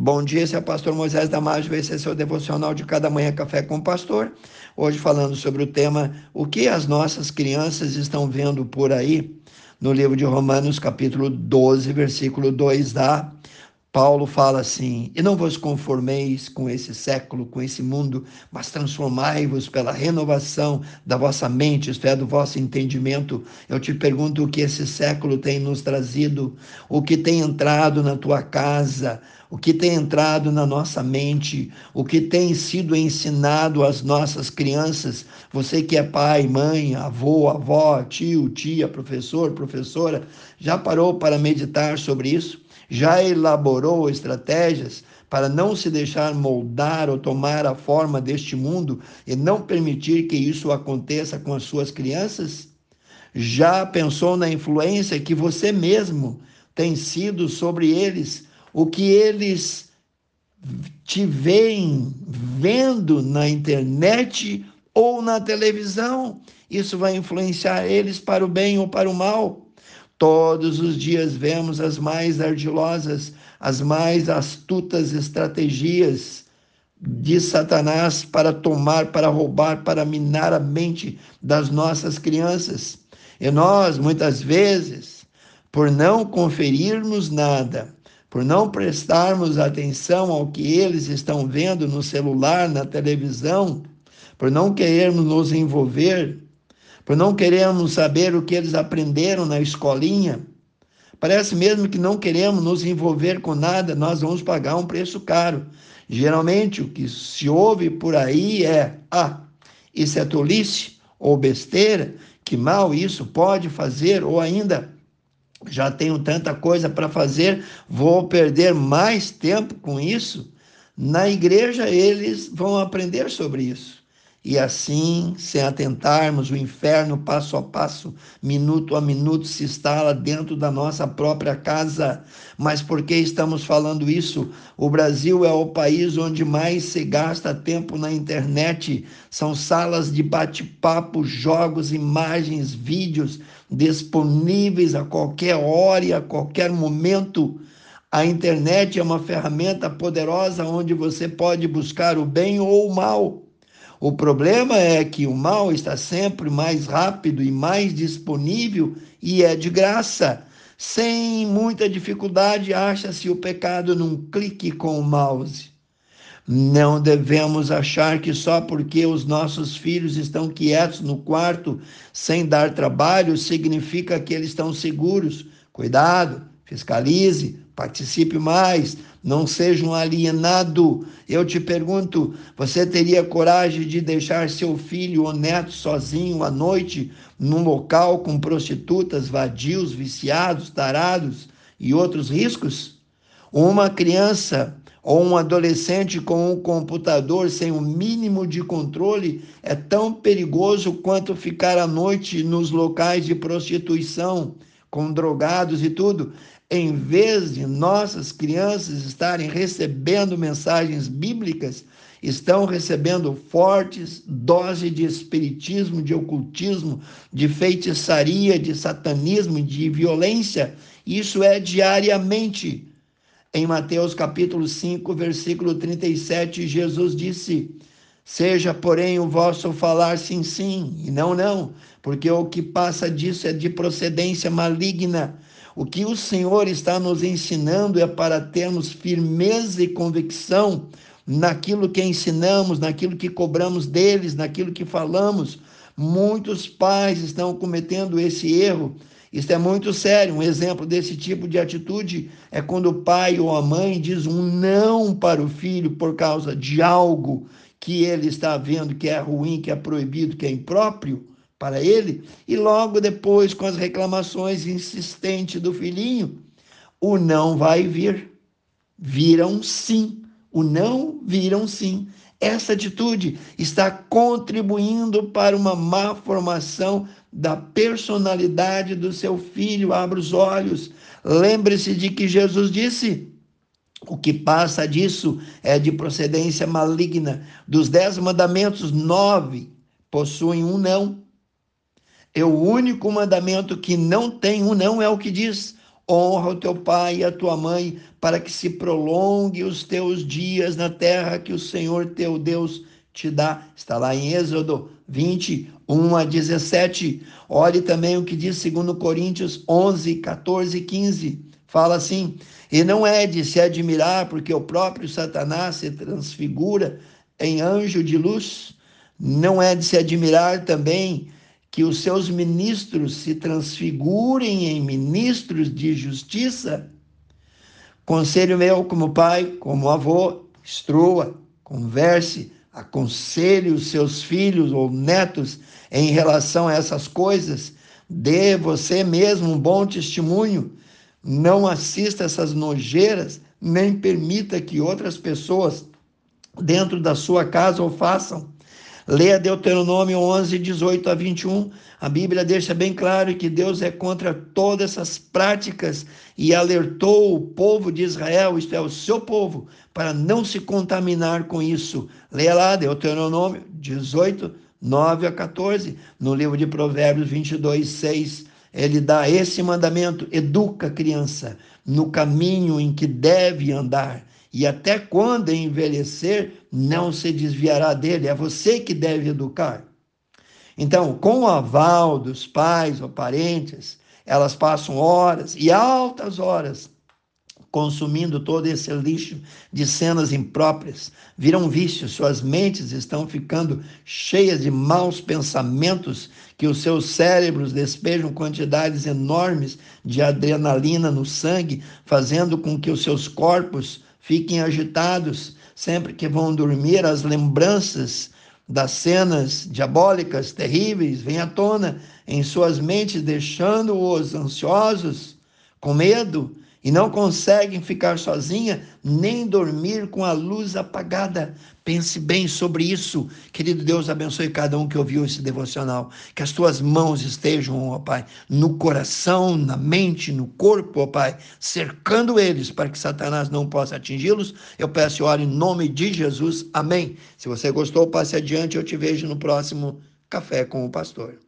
Bom dia, esse é o pastor Moisés Damásio, esse é seu devocional de cada manhã Café com o Pastor. Hoje falando sobre o tema, o que as nossas crianças estão vendo por aí, no livro de Romanos, capítulo 12, versículo 2a. Paulo fala assim: e não vos conformeis com esse século, com esse mundo, mas transformai-vos pela renovação da vossa mente, isto é, do vosso entendimento. Eu te pergunto o que esse século tem nos trazido, o que tem entrado na tua casa, o que tem entrado na nossa mente, o que tem sido ensinado às nossas crianças. Você que é pai, mãe, avô, avó, tio, tia, professor, professora, já parou para meditar sobre isso? Já elaborou estratégias para não se deixar moldar ou tomar a forma deste mundo e não permitir que isso aconteça com as suas crianças? Já pensou na influência que você mesmo tem sido sobre eles? O que eles te veem vendo na internet ou na televisão? Isso vai influenciar eles para o bem ou para o mal? Todos os dias vemos as mais ardilosas, as mais astutas estratégias de Satanás para tomar, para roubar, para minar a mente das nossas crianças. E nós, muitas vezes, por não conferirmos nada, por não prestarmos atenção ao que eles estão vendo no celular, na televisão, por não querermos nos envolver, por não querermos saber o que eles aprenderam na escolinha, parece mesmo que não queremos nos envolver com nada, nós vamos pagar um preço caro. Geralmente o que se ouve por aí é: isso é tolice ou besteira, que mal isso pode fazer, ou ainda, já tenho tanta coisa para fazer, vou perder mais tempo com isso. Na igreja eles vão aprender sobre isso. E assim, sem atentarmos, o inferno passo a passo, minuto a minuto, se instala dentro da nossa própria casa. Mas por que estamos falando isso? O Brasil é o país onde mais se gasta tempo na internet. São salas de bate-papo, jogos, imagens, vídeos disponíveis a qualquer hora e a qualquer momento. A internet é uma ferramenta poderosa onde você pode buscar o bem ou o mal. O problema é que o mal está sempre mais rápido e mais disponível e é de graça. Sem muita dificuldade, acha-se o pecado num clique com o mouse. Não devemos achar que só porque os nossos filhos estão quietos no quarto, sem dar trabalho, significa que eles estão seguros. Cuidado, fiscalize, participe mais, não seja um alienado. Eu te pergunto, você teria coragem de deixar seu filho ou neto sozinho à noite, num local com prostitutas, vadios, viciados, tarados e outros riscos? Uma criança ou um adolescente com um computador sem o mínimo de controle é tão perigoso quanto ficar à noite nos locais de prostituição, com drogados e tudo. Em vez de nossas crianças estarem recebendo mensagens bíblicas, estão recebendo fortes doses de espiritismo, de ocultismo, de feitiçaria, de satanismo, de violência. Isso é diariamente. Em Mateus capítulo 5, versículo 37, Jesus disse: seja, porém, o vosso falar sim, sim, e não, não, porque o que passa disso é de procedência maligna. O que o Senhor está nos ensinando é para termos firmeza e convicção naquilo que ensinamos, naquilo que cobramos deles, naquilo que falamos. Muitos pais estão cometendo esse erro. Isso é muito sério. Um exemplo desse tipo de atitude é quando o pai ou a mãe diz um não para o filho por causa de algo que ele está vendo que é ruim, que é proibido, que é impróprio para ele, e logo depois, com as reclamações insistentes do filhinho, o não vai vir, vira um sim. O não vira um sim. Essa atitude está contribuindo para uma má formação da personalidade do seu filho. Abra os olhos. Lembre-se de que Jesus disse: o que passa disso é de procedência maligna. Dos 10 mandamentos, 9 possuem um não. E o único mandamento que não tem um não é o que diz: honra o teu pai e a tua mãe, para que se prolongue os teus dias na terra que o Senhor teu Deus te dá. Está lá em Êxodo 21-17. Olhe também o que diz 2 Coríntios 11-14-15. Fala assim: e não é de se admirar, porque o próprio Satanás se transfigura em anjo de luz. Não é de se admirar também que os seus ministros se transfigurem em ministros de justiça. Conselho meu como pai, como avô: instrua, converse, aconselhe os seus filhos ou netos em relação a essas coisas. Dê você mesmo um bom testemunho. Não assista essas nojeiras, nem permita que outras pessoas dentro da sua casa o façam. Leia Deuteronômio 11:18-21. A Bíblia deixa bem claro que Deus é contra todas essas práticas e alertou o povo de Israel, isto é, o seu povo, para não se contaminar com isso. Leia lá Deuteronômio 18:9-14. No livro de Provérbios 22:6, ele dá esse mandamento: educa a criança no caminho em que deve andar, e até quando envelhecer, não se desviará dele. É você que deve educar. Então, com o aval dos pais ou parentes, elas passam horas e altas horas consumindo todo esse lixo de cenas impróprias. Viram vícios, suas mentes estão ficando cheias de maus pensamentos, que os seus cérebros despejam quantidades enormes de adrenalina no sangue, fazendo com que os seus corpos fiquem agitados. Sempre que vão dormir, as lembranças das cenas diabólicas, terríveis, vêm à tona em suas mentes, deixando-os ansiosos, com medo, e não conseguem ficar sozinha, nem dormir com a luz apagada. Pense bem sobre isso. Querido Deus, abençoe cada um que ouviu esse devocional. Que as tuas mãos estejam, ó Pai, no coração, na mente, no corpo, ó Pai, cercando eles para que Satanás não possa atingi-los. Eu peço e oro em nome de Jesus. Amém. Se você gostou, passe adiante. Eu te vejo no próximo Café com o Pastor.